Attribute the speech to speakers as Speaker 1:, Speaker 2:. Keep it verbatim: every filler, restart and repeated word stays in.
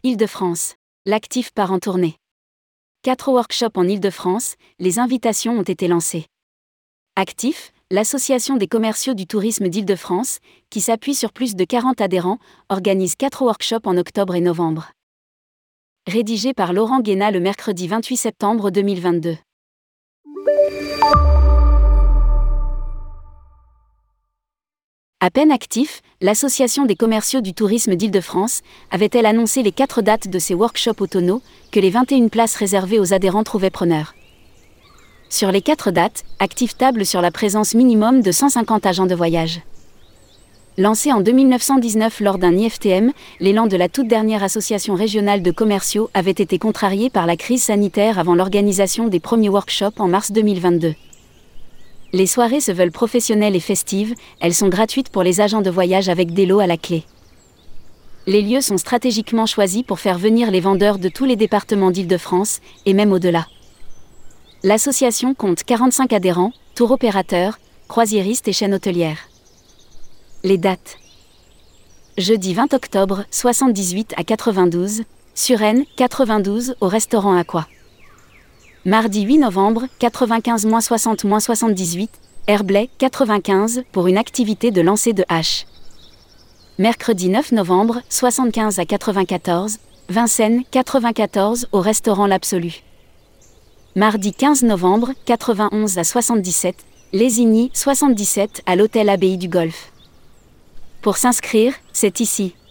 Speaker 1: Île-de-France. L'actif part en tournée. Quatre workshops en Île-de-France, les invitations ont été lancées. Actif, l'association des commerciaux du tourisme d'Île-de-France, qui s'appuie sur plus de quarante adhérents, organise quatre workshops en octobre et novembre. Rédigé par Laurent Guéna le mercredi vingt-huit septembre deux mille vingt-deux. À peine actif, l'association des commerciaux du tourisme d'Île-de-France avait-elle annoncé les quatre dates de ses workshops automnaux, que les vingt et une places réservées aux adhérents trouvaient preneurs. Sur les quatre dates, Actif table sur la présence minimum de cent cinquante agents de voyage. Lancé en deux mille neuf cent dix-neuf lors d'un I F T M, l'élan de la toute dernière association régionale de commerciaux avait été contrarié par la crise sanitaire avant l'organisation des premiers workshops en mars deux mille vingt-deux. Les soirées se veulent professionnelles et festives, elles sont gratuites pour les agents de voyage avec des lots à la clé. Les lieux sont stratégiquement choisis pour faire venir les vendeurs de tous les départements d'Île-de-France, et même au-delà. L'association compte quarante-cinq adhérents, tour opérateurs, croisiéristes et chaînes hôtelières. Les dates. Jeudi vingt octobre, soixante-dix-huit à quatre-vingt-douze, Suresnes, quatre-vingt-douze au restaurant Aqua. Mardi huit novembre, quatre-vingt-quinze soixante soixante-dix-huit, Herblay, quatre-vingt-quinze, pour une activité de lancer de hache. Mercredi neuf novembre, soixante-quinze à quatre-vingt-quatorze, Vincennes, quatre-vingt-quatorze, au restaurant L'Absolu. Mardi quinze novembre, quatre-vingt-onze à soixante-dix-sept, Lésigny, soixante-dix-sept, à l'hôtel Abbaye du Golfe. Pour s'inscrire, c'est ici.